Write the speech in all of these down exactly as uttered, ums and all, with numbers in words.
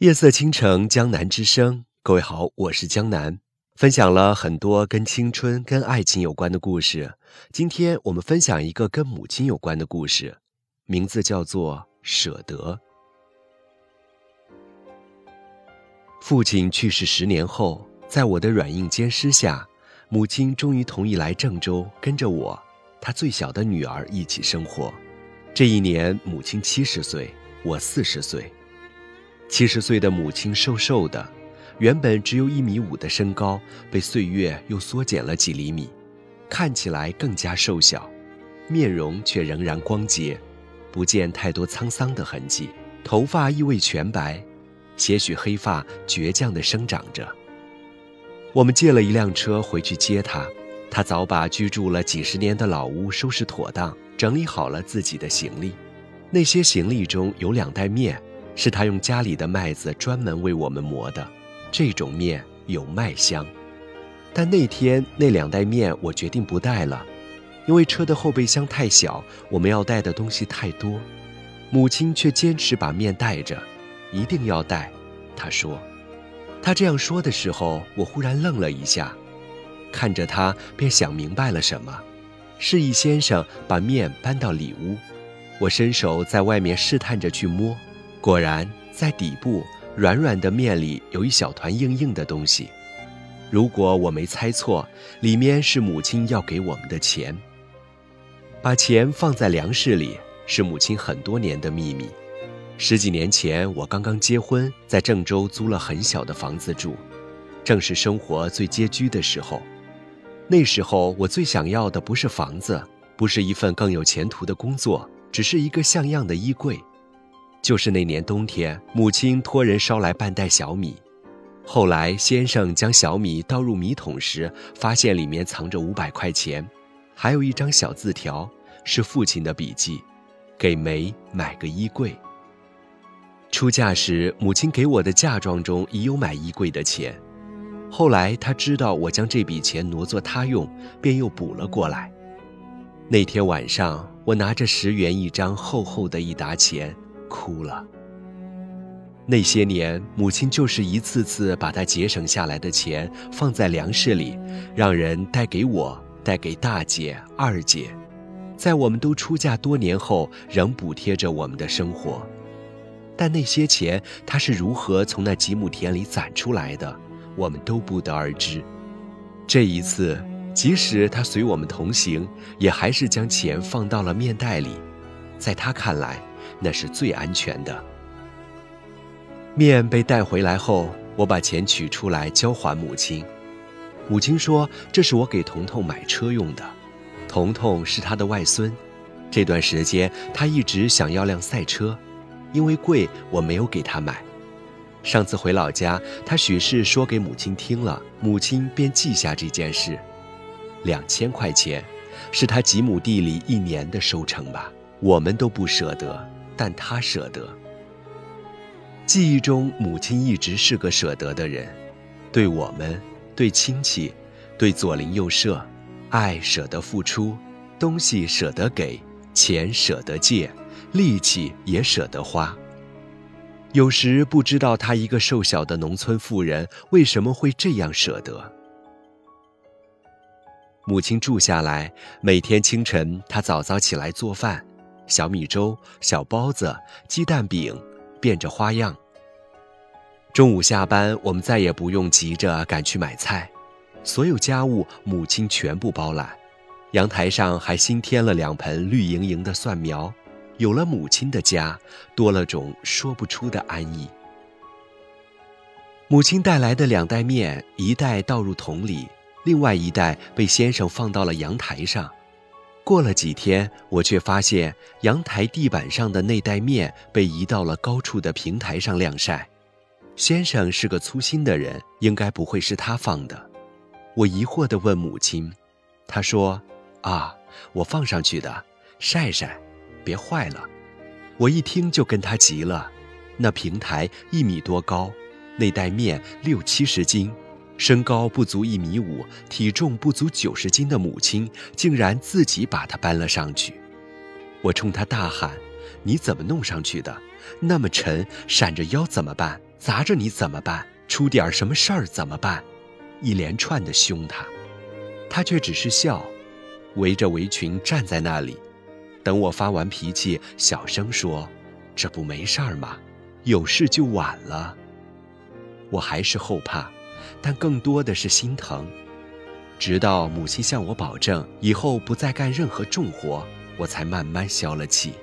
夜色倾城，江南之声。各位好，我是江南，分享了很多跟青春、跟爱情有关的故事。今天我们分享一个跟母亲有关的故事，名字叫做舍得。父亲去世十年后，在我的软硬兼施下，母亲终于同意来郑州，跟着我，她最小的女儿一起生活。这一年，母亲七十岁，我四十岁。七十岁的母亲瘦瘦的，原本只有一米五的身高，被岁月又缩减了几厘米，看起来更加瘦小，面容却仍然光洁，不见太多沧桑的痕迹，头发亦未全白，些许黑发倔强地生长着。我们借了一辆车回去接她，她早把居住了几十年的老屋收拾妥当，整理好了自己的行李。那些行李中有两袋面，是他用家里的麦子专门为我们磨的，这种面有麦香。但那天那两袋面我决定不带了，因为车的后备箱太小，我们要带的东西太多。母亲却坚持把面带着，一定要带。她说，她这样说的时候，我忽然愣了一下，看着她便想明白了什么。示意先生把面搬到里屋，我伸手在外面试探着去摸，果然在底部软软的面里有一小团硬硬的东西，如果我没猜错，里面是母亲要给我们的钱。把钱放在粮食里是母亲很多年的秘密。十几年前我刚刚结婚，在郑州租了很小的房子住，正是生活最拮据的时候。那时候我最想要的不是房子，不是一份更有前途的工作，只是一个像样的衣柜。就是那年冬天，母亲托人捎来半袋小米，后来先生将小米倒入米桶时，发现里面藏着五百块钱，还有一张小字条，是父亲的笔记，给梅买个衣柜。出嫁时，母亲给我的嫁妆中已有买衣柜的钱，后来她知道我将这笔钱挪作她用，便又补了过来。那天晚上，我拿着十元一张厚厚的一沓钱哭了。那些年，母亲就是一次次把她节省下来的钱放在粮食里，让人带给我，带给大姐、二姐，在我们都出嫁多年后，仍补贴着我们的生活。但那些钱，她是如何从那几亩田里攒出来的，我们都不得而知。这一次，即使她随我们同行，也还是将钱放到了面袋里，在她看来，那是最安全的。面被带回来后，我把钱取出来交还母亲。母亲说，这是我给彤彤买车用的。彤彤是她的外孙，这段时间她一直想要辆赛车，因为贵，我没有给她买。上次回老家，她许是说给母亲听了，母亲便记下这件事。两千块钱，是她几亩地里一年的收成吧。我们都不舍得，但她舍得。记忆中，母亲一直是个舍得的人，对我们，对亲戚，对左邻右舍，爱舍得付出，东西舍得给，钱舍得借，力气也舍得花。有时不知道她一个瘦小的农村妇人为什么会这样舍得。母亲住下来，每天清晨她早早起来做饭，小米粥、小包子、鸡蛋饼，变着花样。中午下班，我们再也不用急着赶去买菜，所有家务母亲全部包揽。阳台上还新添了两盆绿莹莹的蒜苗，有了母亲的家，多了种说不出的安逸。母亲带来的两袋面，一袋倒入桶里，另外一袋被先生放到了阳台上。过了几天，我却发现阳台地板上的那袋面被移到了高处的平台上晾晒。先生是个粗心的人，应该不会是他放的。我疑惑地问母亲，她说，啊，我放上去的，晒晒，别坏了。我一听就跟她急了，那平台一米多高，那袋面六七十斤，身高不足一米五，体重不足九十斤的母亲，竟然自己把它搬了上去。我冲她大喊，你怎么弄上去的？那么沉，闪着腰怎么办？ 砸着你怎么办？出点什么事儿怎么办？一连串的凶他，他却只是笑，围着围裙站在那里，等我发完脾气，小声说：“这不没事儿吗？有事就晚了。”我还是后怕，但更多的是心疼。直到母亲向我保证以后不再干任何重活，我才慢慢消了气。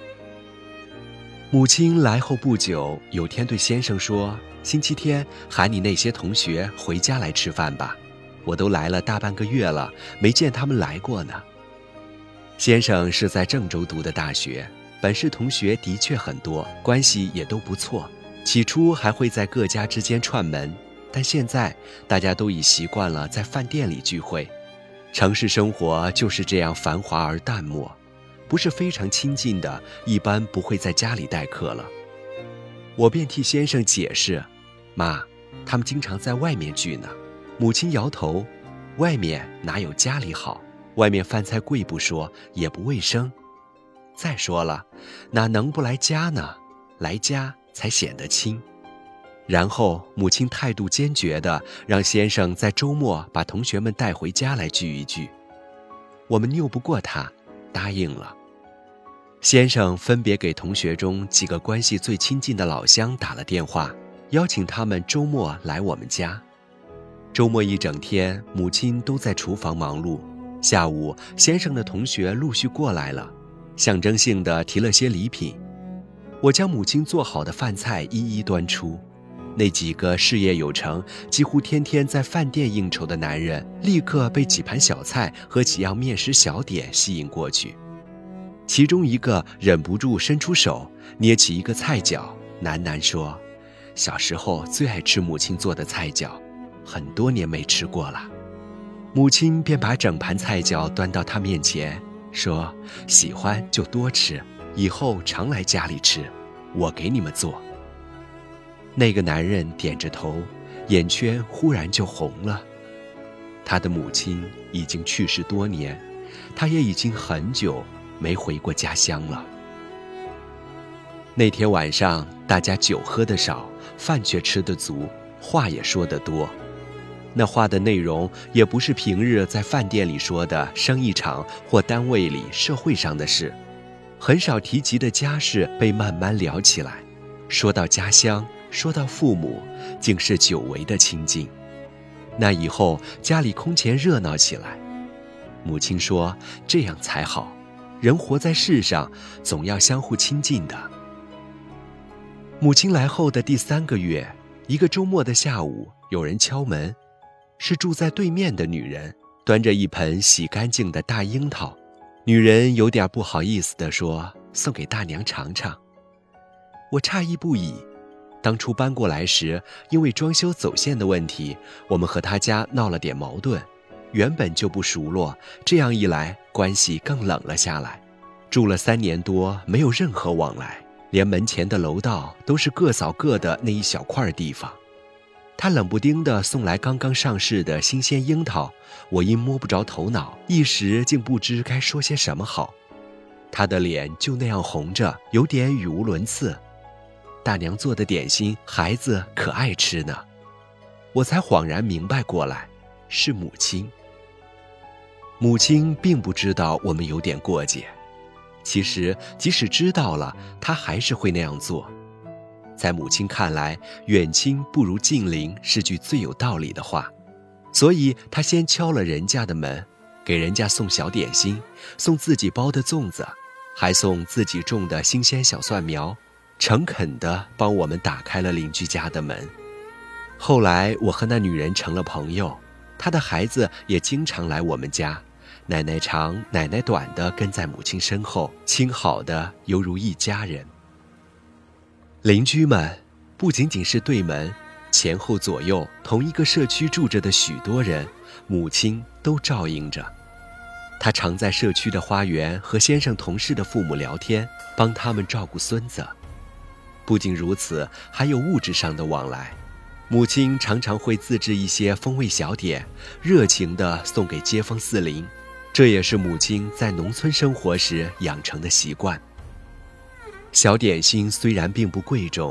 母亲来后不久，有天对先生说：“星期天喊你那些同学回家来吃饭吧，我都来了大半个月了，没见他们来过呢。”先生是在郑州读的大学，本市同学的确很多，关系也都不错。起初还会在各家之间串门，但现在大家都已习惯了在饭店里聚会。城市生活就是这样繁华而淡漠，不是非常亲近的，一般不会在家里待客了。我便替先生解释：“妈，他们经常在外面聚呢。”母亲摇头：“外面哪有家里好？外面饭菜贵不说，也不卫生。再说了，哪能不来家呢？来家才显得亲。”然后母亲态度坚决地让先生在周末把同学们带回家来聚一聚。我们拗不过他，答应了。先生分别给同学中几个关系最亲近的老乡打了电话，邀请他们周末来我们家。周末一整天，母亲都在厨房忙碌。下午，先生的同学陆续过来了，象征性地提了些礼品。我将母亲做好的饭菜一一端出，那几个事业有成、几乎天天在饭店应酬的男人，立刻被几盘小菜和几样面食小点吸引过去。其中一个忍不住伸出手，捏起一个菜角，喃喃说：“小时候最爱吃母亲做的菜角，很多年没吃过了。”母亲便把整盘菜角端到他面前，说：“喜欢就多吃，以后常来家里吃，我给你们做。”那个男人点着头，眼圈忽然就红了。他的母亲已经去世多年，他也已经很久没回过家乡了。那天晚上，大家酒喝得少，饭却吃得足，话也说得多。那话的内容也不是平日在饭店里说的生意场或单位里社会上的事，很少提及的家事被慢慢聊起来。说到家乡，说到父母，竟是久违的亲近。那以后家里空前热闹起来。母亲说：“这样才好，人活在世上，总要相互亲近的。”母亲来后的第三个月，一个周末的下午，有人敲门，是住在对面的女人，端着一盆洗干净的大樱桃。女人有点不好意思地说：“送给大娘尝尝。”我诧异不已。当初搬过来时，因为装修走线的问题，我们和她家闹了点矛盾，原本就不熟络，这样一来，关系更冷了下来。住了三年多，没有任何往来，连门前的楼道都是各扫各的那一小块地方。他冷不丁地送来刚刚上市的新鲜樱桃，我因摸不着头脑，一时竟不知该说些什么好。他的脸就那样红着，有点语无伦次。大娘做的点心，孩子可爱吃呢。我才恍然明白过来，是母亲。母亲并不知道我们有点过节，其实即使知道了，她还是会那样做。在母亲看来，远亲不如近邻是句最有道理的话，所以她先敲了人家的门，给人家送小点心，送自己包的粽子，还送自己种的新鲜小蒜苗，诚恳地帮我们打开了邻居家的门。后来我和那女人成了朋友，她的孩子也经常来我们家，奶奶长奶奶短地跟在母亲身后，亲好的犹如一家人。邻居们不仅仅是对门，前后左右同一个社区住着的许多人，母亲都照应着。她常在社区的花园和先生同事的父母聊天，帮他们照顾孙子。不仅如此，还有物质上的往来。母亲常常会自制一些风味小点，热情地送给街坊四邻，这也是母亲在农村生活时养成的习惯。小点心虽然并不贵重，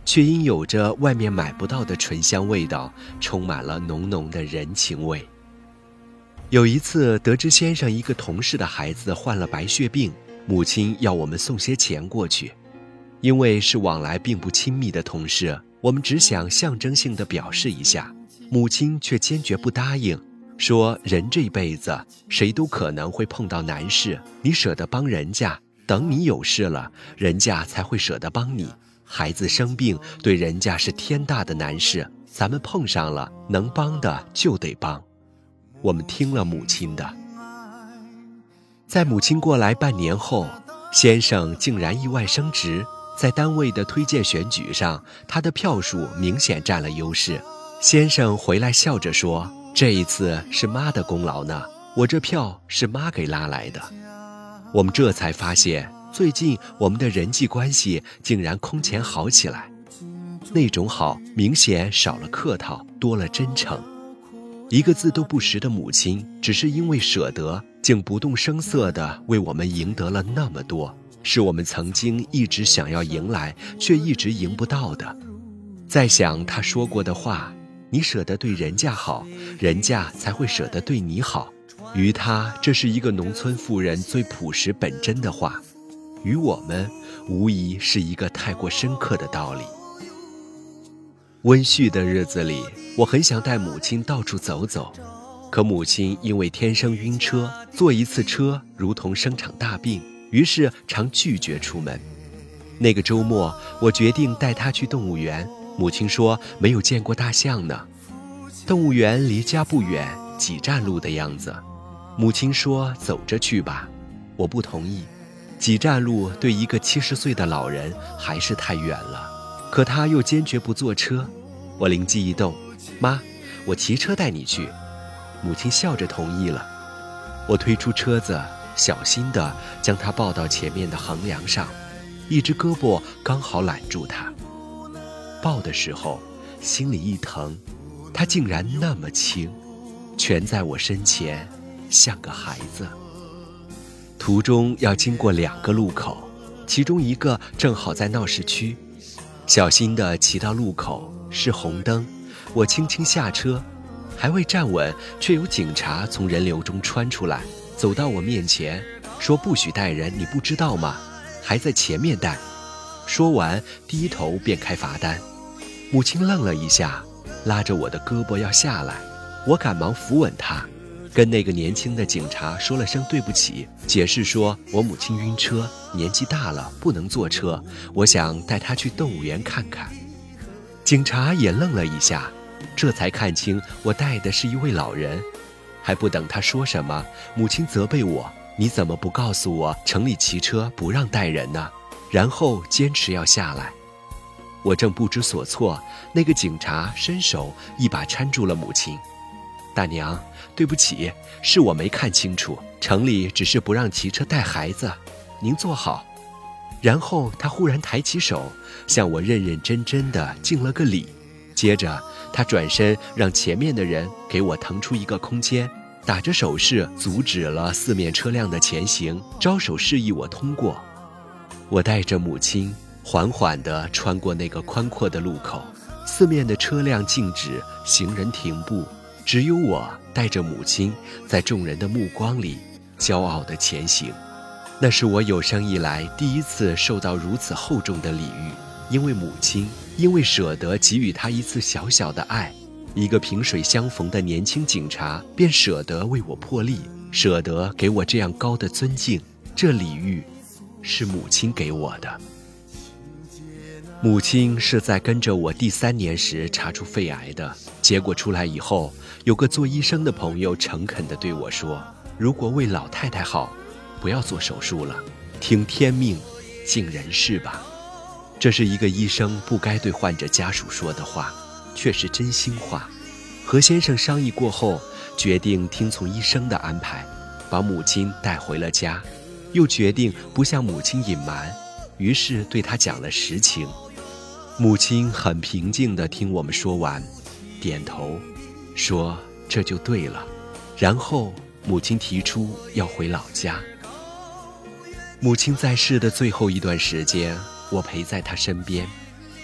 却因有着外面买不到的醇香味道，充满了浓浓的人情味。有一次得知先生一个同事的孩子患了白血病，母亲要我们送些钱过去。因为是往来并不亲密的同事，我们只想象征性地表示一下，母亲却坚决不答应，说人这辈子谁都可能会碰到难事，你舍得帮人家，等你有事了，人家才会舍得帮你。孩子生病对人家是天大的难事，咱们碰上了，能帮的就得帮。我们听了母亲的。在母亲过来半年后，先生竟然意外升职，在单位的推荐选举上，他的票数明显占了优势。先生回来笑着说，这一次是妈的功劳呢，我这票是妈给拉来的。我们这才发现，最近我们的人际关系竟然空前好起来，那种好明显少了客套，多了真诚。一个字都不识的母亲，只是因为舍得，竟不动声色地为我们赢得了那么多，是我们曾经一直想要迎来，却一直赢不到的。再想他说过的话，你舍得对人家好，人家才会舍得对你好。于他，这是一个农村妇人最朴实本真的话，于我们，无疑是一个太过深刻的道理。温煦的日子里，我很想带母亲到处走走，可母亲因为天生晕车，坐一次车如同生场大病，于是常拒绝出门。那个周末，我决定带她去动物园，母亲说没有见过大象呢。动物园离家不远，几站路的样子。母亲说走着去吧，我不同意。几站路对一个七十岁的老人还是太远了，可他又坚决不坐车。我灵机一动，妈，我骑车带你去。母亲笑着同意了。我推出车子，小心地将他抱到前面的横梁上，一只胳膊刚好揽住他。抱的时候心里一疼，他竟然那么轻，蜷在我身前，像个孩子。途中要经过两个路口，其中一个正好在闹市区。小心地骑到路口，是红灯，我轻轻下车，还未站稳，却有警察从人流中穿出来，走到我面前，说不许带人，你不知道吗？还在前面带。说完低头便开罚单。母亲愣了一下，拉着我的胳膊要下来，我赶忙扶稳她，跟那个年轻的警察说了声对不起，解释说我母亲晕车，年纪大了不能坐车，我想带她去动物园看看。警察也愣了一下，这才看清我带的是一位老人。还不等他说什么，母亲责备我，你怎么不告诉我城里骑车不让带人呢？然后坚持要下来。我正不知所措，那个警察伸手一把搀住了母亲。大娘，对不起，是我没看清楚，城里只是不让骑车带孩子，您坐好。然后他忽然抬起手，向我认认真真地敬了个礼。接着他转身让前面的人给我腾出一个空间，打着手势阻止了四面车辆的前行，招手示意我通过。我带着母亲缓缓地穿过那个宽阔的路口，四面的车辆静止，行人停步，只有我带着母亲在众人的目光里骄傲地前行。那是我有生以来第一次受到如此厚重的礼遇，因为母亲，因为舍得给予她一次小小的爱，一个萍水相逢的年轻警察便舍得为我破例，舍得给我这样高的尊敬。这礼遇是母亲给我的。母亲是在跟着我第三年时查出肺癌的，结果出来以后，有个做医生的朋友诚恳地对我说，如果为老太太好，不要做手术了，听天命，尽人事吧。这是一个医生不该对患者家属说的话，却是真心话。和先生商议过后，决定听从医生的安排，把母亲带回了家，又决定不向母亲隐瞒，于是对她讲了实情。母亲很平静地听我们说完，点头说这就对了。然后母亲提出要回老家。母亲在世的最后一段时间，我陪在她身边。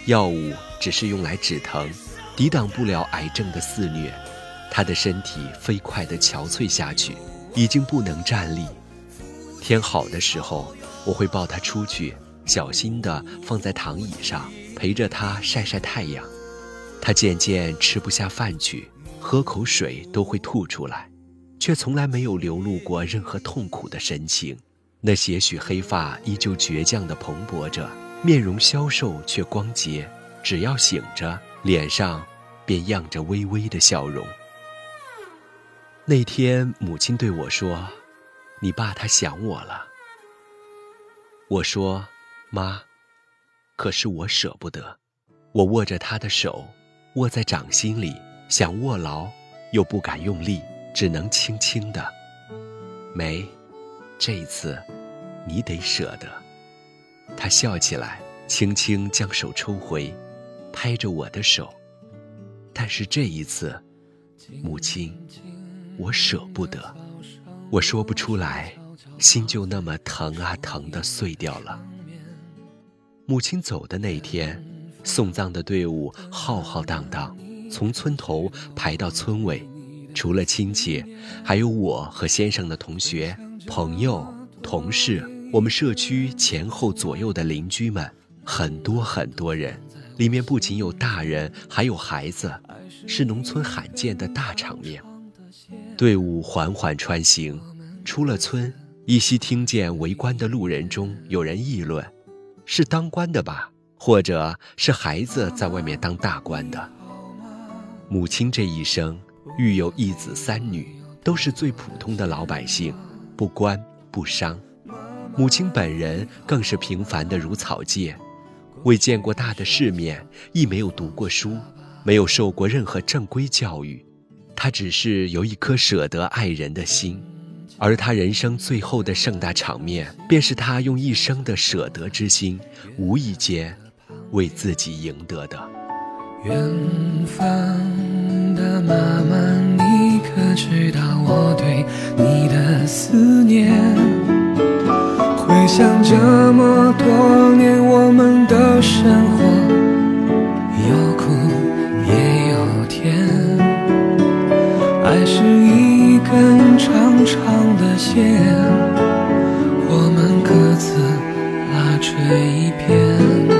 药物只是用来止疼，抵挡不了癌症的肆虐。他的身体飞快地憔悴下去，已经不能站立。天好的时候，我会抱他出去，小心地放在躺椅上，陪着他晒晒太阳。他渐渐吃不下饭去，喝口水都会吐出来，却从来没有流露过任何痛苦的神情。那些许黑发依旧倔强地蓬勃着，面容消瘦却光洁，只要醒着，脸上便漾着微微的笑容。那天母亲对我说，你爸他想我了。我说，妈，可是我舍不得。我握着他的手，握在掌心里，想握牢，又不敢用力，只能轻轻的。梅，这一次你得舍得。他笑起来，轻轻将手抽回，拍着我的手。但是这一次，母亲，我舍不得。我说不出来，心就那么疼啊疼的碎掉了。母亲走的那天，送葬的队伍浩浩荡荡，从村头排到村尾，除了亲戚，还有我和先生的同学、朋友、同事，我们社区前后左右的邻居们，很多很多人，里面不仅有大人，还有孩子，是农村罕见的大场面。队伍缓缓穿行，出了村，依稀听见围观的路人中有人议论，是当官的吧，或者是孩子在外面当大官的。母亲这一生育有一子三女，都是最普通的老百姓，不官不商。母亲本人更是平凡的如草芥，未见过大的世面，亦没有读过书，没有受过任何正规教育。她只是有一颗舍得爱人的心，而她人生最后的盛大场面，便是她用一生的舍得之心，无意间为自己赢得的。 远方的妈妈，你可知道我对你的思念？回想这么多年我们的生活，有苦也有甜，爱是一根长长的线，我们各自拉着一边。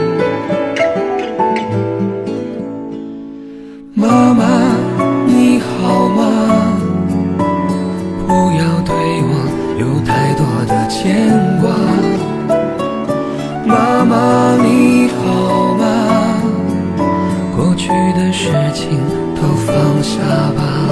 妈妈你好吗？不要对我有太多的牵挂。妈妈你好吗？过去的事情都放下吧。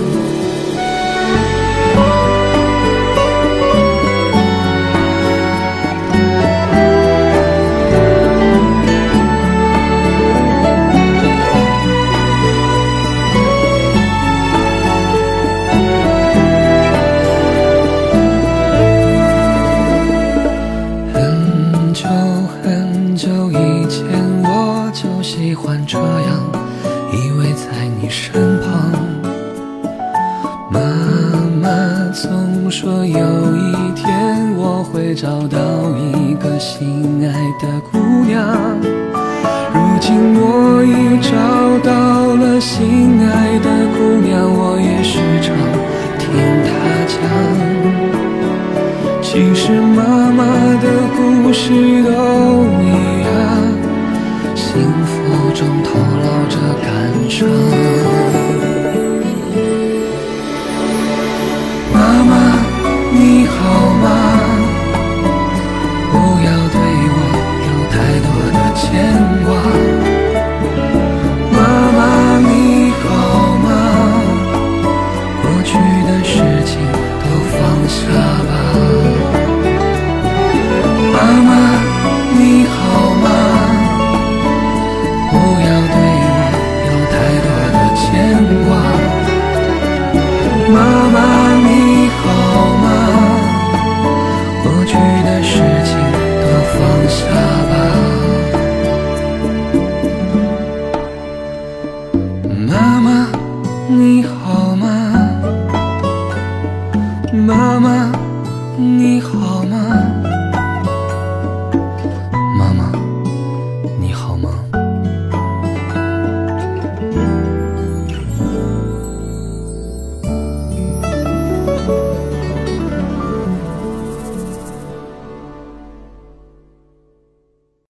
喜欢这样依偎在你身旁。妈妈总说有一天我会找到一个心爱的姑娘，如今我已找到了心爱的姑娘，我也时常听她讲，其实妈妈的故事都一样，幸福中透露着感伤。妈妈你好吗？不要对我有太多的牵挂。妈妈你好吗？过去的事情都放下吧。妈妈你好吗？不要对我有太多的牵挂。妈妈你好吗？过去的事情都放下吧。妈妈你好